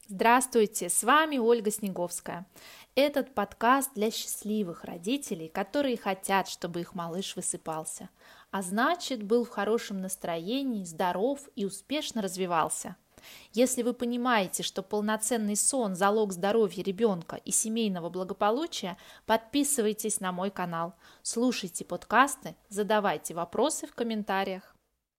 Здравствуйте, с вами Ольга Снеговская. Этот подкаст для счастливых родителей, которые хотят, чтобы их малыш высыпался, а значит, был в хорошем настроении, здоров и успешно развивался. Если вы понимаете, что полноценный сон – залог здоровья ребенка и семейного благополучия, подписывайтесь на мой канал, слушайте подкасты, задавайте вопросы в комментариях.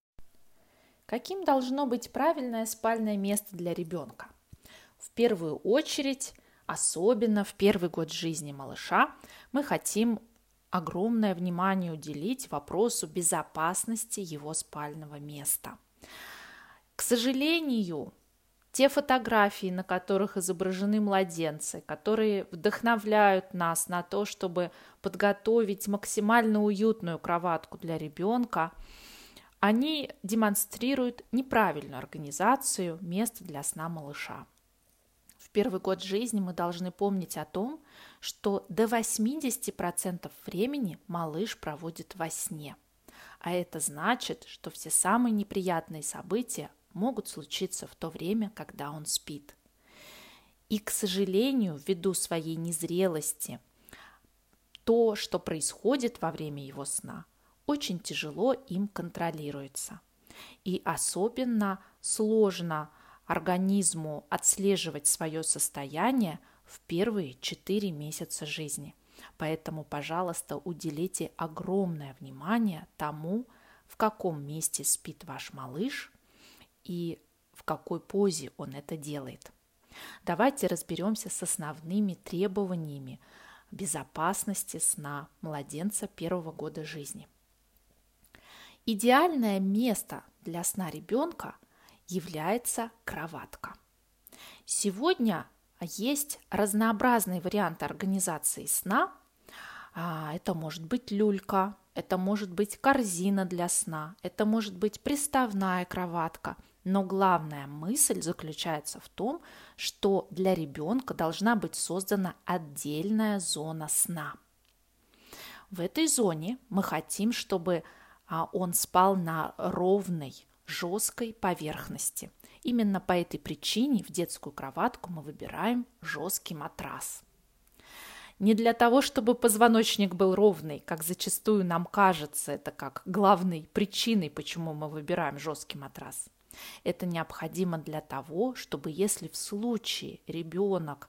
Каким должно быть правильное спальное место для ребенка? В первую очередь, особенно в первый год жизни малыша, мы хотим огромное внимание уделить вопросу безопасности его спального места. К сожалению, те фотографии, на которых изображены младенцы, которые вдохновляют нас на то, чтобы подготовить максимально уютную кроватку для ребенка, они демонстрируют неправильную организацию места для сна малыша. В первый год жизни мы должны помнить о том, что до 80% времени малыш проводит во сне. А это значит, что все самые неприятные события могут случиться в то время, когда он спит. И, к сожалению, ввиду своей незрелости, то, что происходит во время его сна, очень тяжело им контролируется. И особенно сложно организму отслеживать свое состояние в первые 4 месяца жизни. Поэтому, пожалуйста, уделите огромное внимание тому, в каком месте спит ваш малыш и в какой позе он это делает. Давайте разберемся с основными требованиями безопасности сна младенца первого года жизни. Идеальное место для сна ребенка является кроватка. Сегодня есть разнообразные варианты организации сна. Это может быть люлька, это может быть корзина для сна, это может быть приставная кроватка. Но главная мысль заключается в том, что для ребенка должна быть создана отдельная зона сна. В этой зоне мы хотим, чтобы он спал на ровной, жесткой поверхности. Именно по этой причине в детскую кроватку мы выбираем жесткий матрас. Не для того, чтобы позвоночник был ровный, как зачастую нам кажется, это как главной причиной, почему мы выбираем жесткий матрас. Это необходимо для того, чтобы если в случае ребенок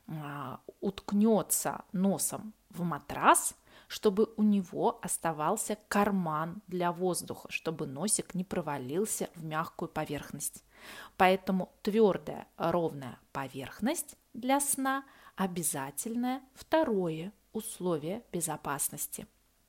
уткнется носом в матрас, чтобы у него оставался карман для воздуха, чтобы носик не провалился в мягкую поверхность. Поэтому твердая ровная поверхность для сна – обязательное второе условие безопасности.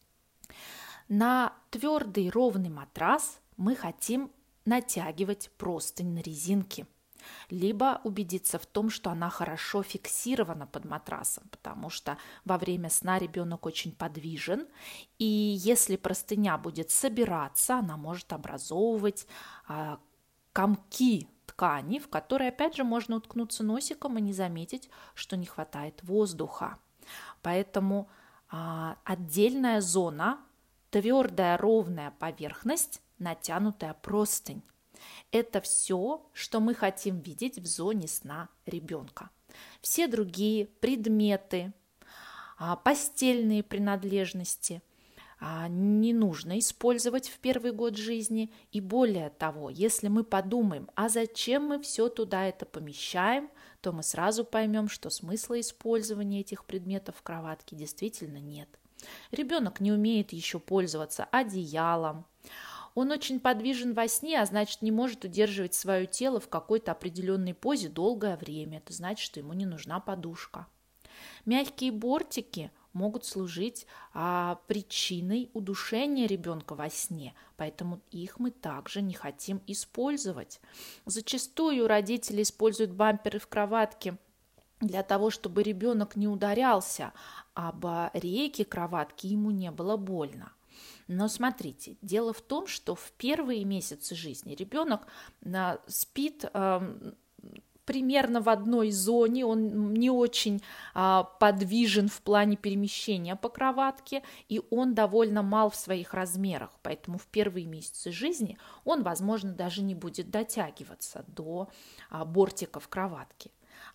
На твердый ровный матрас мы хотим натягивать простынь на резинке, либо убедиться в том, что она хорошо фиксирована под матрасом, потому что во время сна ребенок очень подвижен, и если простыня будет собираться, она может образовывать комки ткани, в которые, опять же, можно уткнуться носиком и не заметить, что не хватает воздуха. Поэтому отдельная зона, твердая ровная поверхность, натянутая простынь. Это все, что мы хотим видеть в зоне сна ребенка. Все другие предметы, постельные принадлежности не нужно использовать в первый год жизни. И более того, если мы подумаем, а зачем мы все туда это помещаем, то мы сразу поймем, что смысла использования этих предметов в кроватке действительно нет. Ребенок не умеет еще пользоваться одеялом. Он очень подвижен во сне, а значит, не может удерживать свое тело в какой-то определенной позе долгое время. Это значит, что ему не нужна подушка. Мягкие бортики могут служить причиной удушения ребенка во сне, поэтому их мы также не хотим использовать. Зачастую родители используют бамперы в кроватке для того, чтобы ребенок не ударялся об рейки кроватки, ему не было больно. Но смотрите, дело в том, что в первые месяцы жизни ребенок спит примерно в одной зоне, он не очень подвижен в плане перемещения по кроватке, и он довольно мал в своих размерах, поэтому в первые месяцы жизни он, возможно, даже не будет дотягиваться до бортиков кроватки.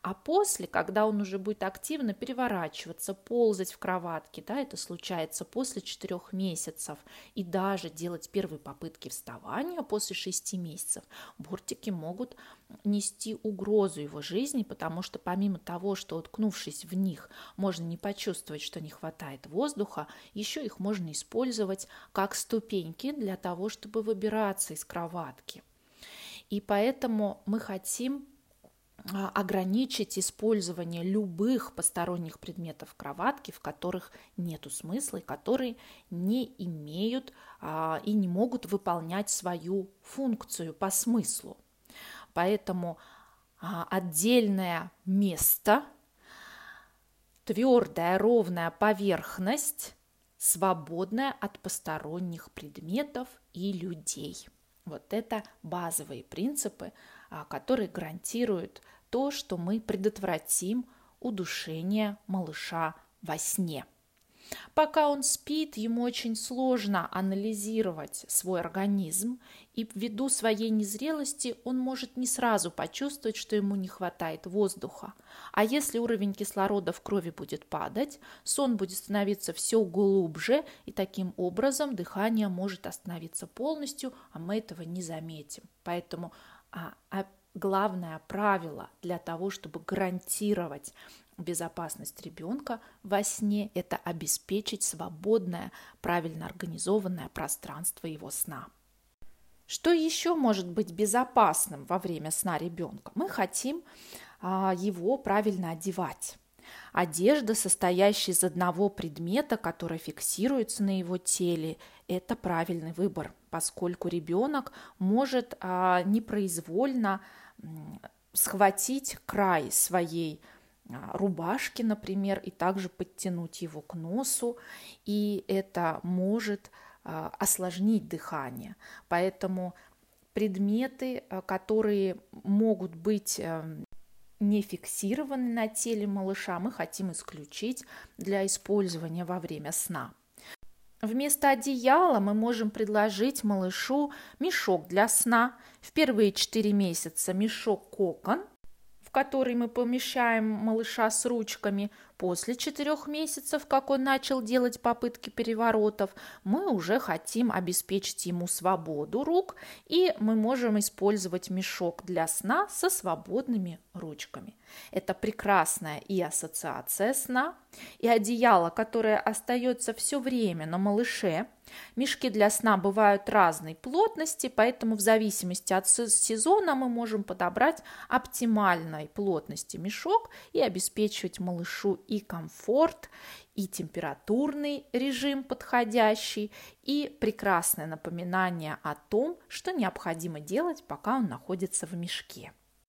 А после, когда он уже будет активно переворачиваться, ползать в кроватке, да, это случается после 4 месяцев, и даже делать первые попытки вставания после 6 месяцев, бортики могут нести угрозу его жизни, потому что помимо того, что, уткнувшись в них, можно не почувствовать, что не хватает воздуха, еще их можно использовать как ступеньки для того, чтобы выбираться из кроватки. И поэтому мы хотим ограничить использование любых посторонних предметов в кроватке, в которых нету смысла и которые не имеют и не могут выполнять свою функцию по смыслу. Поэтому отдельное место, твердая ровная поверхность, свободная от посторонних предметов и людей. Вот это базовые принципы, которые гарантируют то, что мы предотвратим удушение малыша во сне. Пока он спит, ему очень сложно анализировать свой организм, и ввиду своей незрелости он может не сразу почувствовать, что ему не хватает воздуха. А если уровень кислорода в крови будет падать, сон будет становиться все глубже, и таким образом дыхание может остановиться полностью, а мы этого не заметим. Поэтому главное правило для того, чтобы гарантировать безопасность ребенка во сне, это обеспечить свободное, правильно организованное пространство его сна. Что еще может быть безопасным во время сна ребенка? Мы хотим его правильно одевать. Одежда, состоящая из одного предмета, который фиксируется на его теле, это правильный выбор, поскольку ребенок может непроизвольно схватить край своей рубашки, например, и также подтянуть его к носу, и это может осложнить дыхание. Поэтому предметы, которые могут быть не фиксированы на теле малыша, мы хотим исключить для использования во время сна. Вместо одеяла мы можем предложить малышу мешок для сна. В первые 4 месяца мешок-кокон, в который мы помещаем малыша с ручками. После 4 месяцев, как он начал делать попытки переворотов, мы уже хотим обеспечить ему свободу рук, и мы можем использовать мешок для сна со свободными ручками. Это прекрасная и ассоциация сна, и одеяло, которое остается все время на малыше. Мешки для сна бывают разной плотности, поэтому в зависимости от сезона мы можем подобрать оптимальной плотности мешок и обеспечивать малышу и комфорт, и температурный режим подходящий, и прекрасное напоминание о том, что необходимо делать, пока он находится в мешке.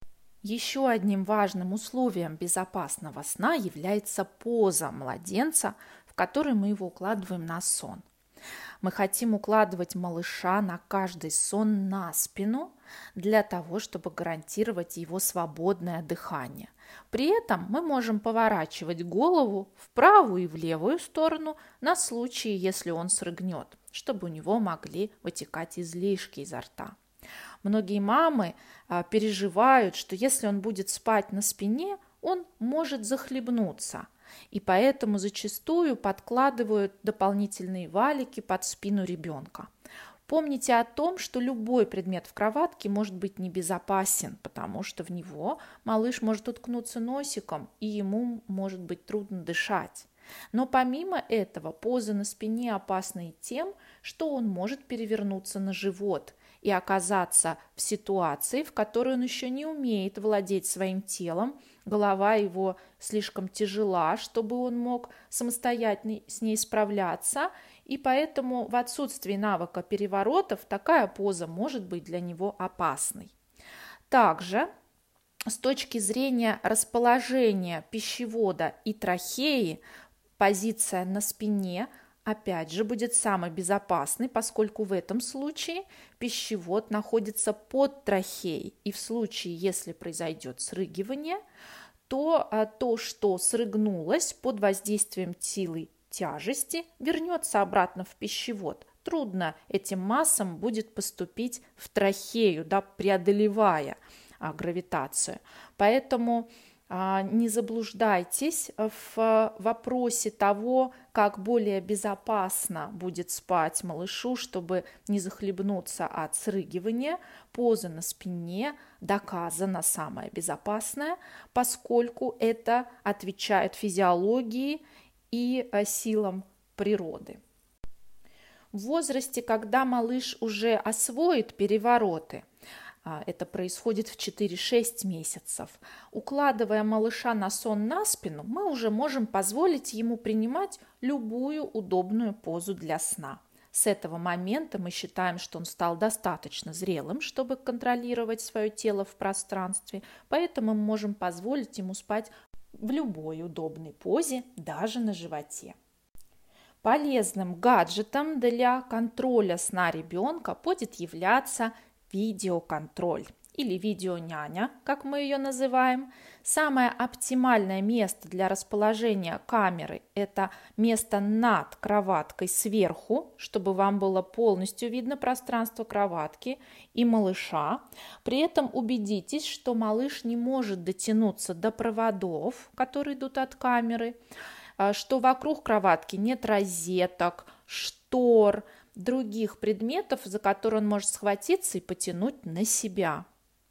Еще одним важным условием безопасного сна является поза младенца, в которой мы его укладываем на сон. Мы хотим укладывать малыша на каждый сон на спину для того, чтобы гарантировать его свободное дыхание. При этом мы можем поворачивать голову в правую и в левую сторону на случай, если он срыгнет, чтобы у него могли вытекать излишки изо рта. Многие мамы переживают, что если он будет спать на спине, он может захлебнуться. И поэтому зачастую подкладывают дополнительные валики под спину ребенка. Помните о том, что любой предмет в кроватке может быть небезопасен, потому что в него малыш может уткнуться носиком, и ему может быть трудно дышать. Но помимо этого, поза на спине опасна и тем, что он может перевернуться на живот и оказаться в ситуации, в которой он еще не умеет владеть своим телом, голова его слишком тяжела, чтобы он мог самостоятельно с ней справляться, и поэтому в отсутствии навыка переворотов такая поза может быть для него опасной. Также с точки зрения расположения пищевода и трахеи, позиция на спине опять же будет самой безопасной, поскольку в этом случае пищевод находится под трахеей, и в случае, если произойдет срыгивание, то то, что срыгнулось под воздействием силы тяжести, вернется обратно в пищевод. Трудно этим массам будет поступить в трахею, преодолевая гравитацию. Поэтому Не заблуждайтесь в вопросе того, как более безопасно будет спать малышу, чтобы не захлебнуться от срыгивания. Поза на спине доказано самая безопасная, поскольку это отвечает физиологии и силам природы. В возрасте, когда малыш уже освоит перевороты, это происходит в 4-6 месяцев. Укладывая малыша на сон на спину, мы уже можем позволить ему принимать любую удобную позу для сна. С этого момента мы считаем, что он стал достаточно зрелым, чтобы контролировать свое тело в пространстве, поэтому мы можем позволить ему спать в любой удобной позе, даже на животе. Полезным гаджетом для контроля сна ребенка будет являться видеоконтроль или видеоняня, как мы ее называем. Самое оптимальное место для расположения камеры – это место над кроваткой сверху, чтобы вам было полностью видно пространство кроватки и малыша. При этом убедитесь, что малыш не может дотянуться до проводов, которые идут от камеры, что вокруг кроватки нет розеток, штор, других предметов, за которые он может схватиться и потянуть на себя.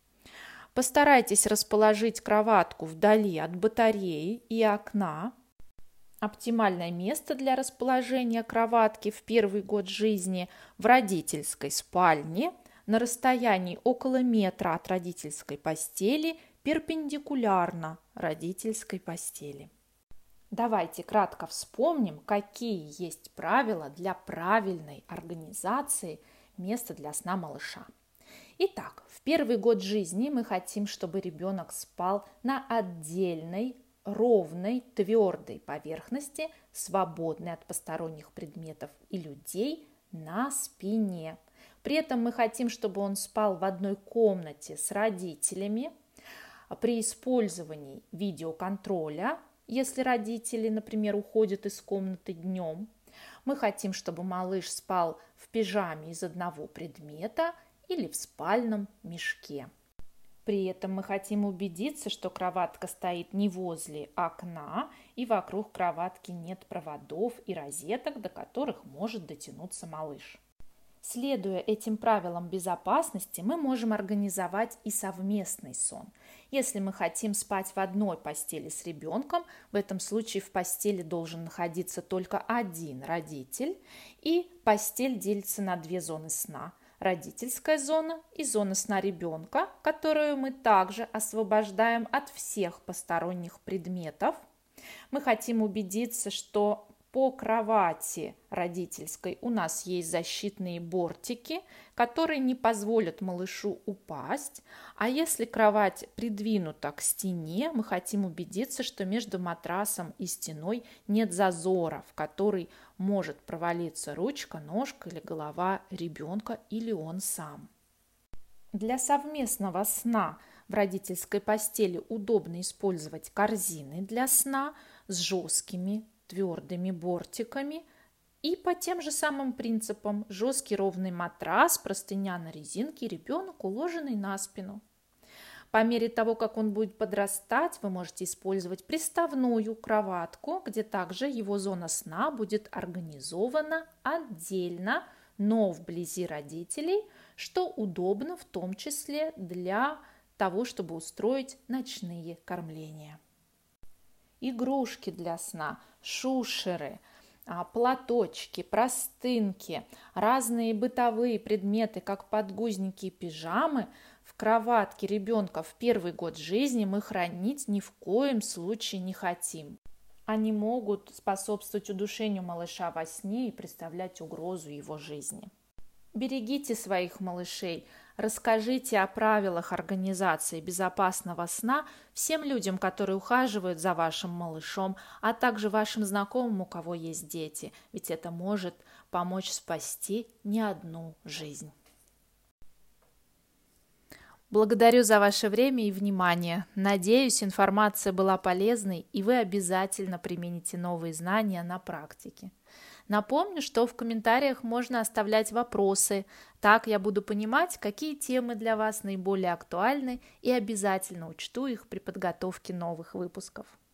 Постарайтесь расположить кроватку вдали от батареи и окна. Оптимальное место для расположения кроватки в первый год жизни в родительской спальне на расстоянии около метра от родительской постели, перпендикулярно родительской постели. Давайте кратко вспомним, какие есть правила для правильной организации места для сна малыша. Итак, в первый год жизни мы хотим, чтобы ребенок спал на отдельной, ровной, твердой поверхности, свободной от посторонних предметов и людей, на спине. При этом мы хотим, чтобы он спал в одной комнате с родителями. При использовании видеоконтроля, если родители, например, уходят из комнаты днем, мы хотим, чтобы малыш спал в пижаме из одного предмета или в спальном мешке. При этом мы хотим убедиться, что кроватка стоит не возле окна и вокруг кроватки нет проводов и розеток, до которых может дотянуться малыш. Следуя этим правилам безопасности, мы можем организовать и совместный сон. Если мы хотим спать в одной постели с ребенком, в этом случае в постели должен находиться только один родитель, и постель делится на две зоны сна – родительская зона и зона сна ребенка, которую мы также освобождаем от всех посторонних предметов. Мы хотим убедиться, что по кровати родительской у нас есть защитные бортики, которые не позволят малышу упасть. А если кровать придвинута к стене, мы хотим убедиться, что между матрасом и стеной нет зазора, в который может провалиться ручка, ножка или голова ребенка или он сам. Для совместного сна в родительской постели удобно использовать корзины для сна с жесткими твердыми бортиками и по тем же самым принципам: жесткий ровный матрас, простыня на резинке, ребенок, уложенный на спину. По мере того, как он будет подрастать, вы можете использовать приставную кроватку, где также его зона сна будет организована отдельно, но вблизи родителей, что удобно в том числе для того, чтобы устроить ночные кормления. Игрушки для сна, шушеры, платочки, простынки, разные бытовые предметы, как подгузники и пижамы, в кроватке ребенка в первый год жизни мы хранить ни в коем случае не хотим. Они могут способствовать удушению малыша во сне и представлять угрозу его жизни. Берегите своих малышей, расскажите о правилах организации безопасного сна всем людям, которые ухаживают за вашим малышом, а также вашим знакомым, у кого есть дети, ведь это может помочь спасти не одну жизнь. Благодарю за ваше время и внимание. Надеюсь, информация была полезной, и вы обязательно примените новые знания на практике. Напомню, что в комментариях можно оставлять вопросы, так я буду понимать, какие темы для вас наиболее актуальны и обязательно учту их при подготовке новых выпусков.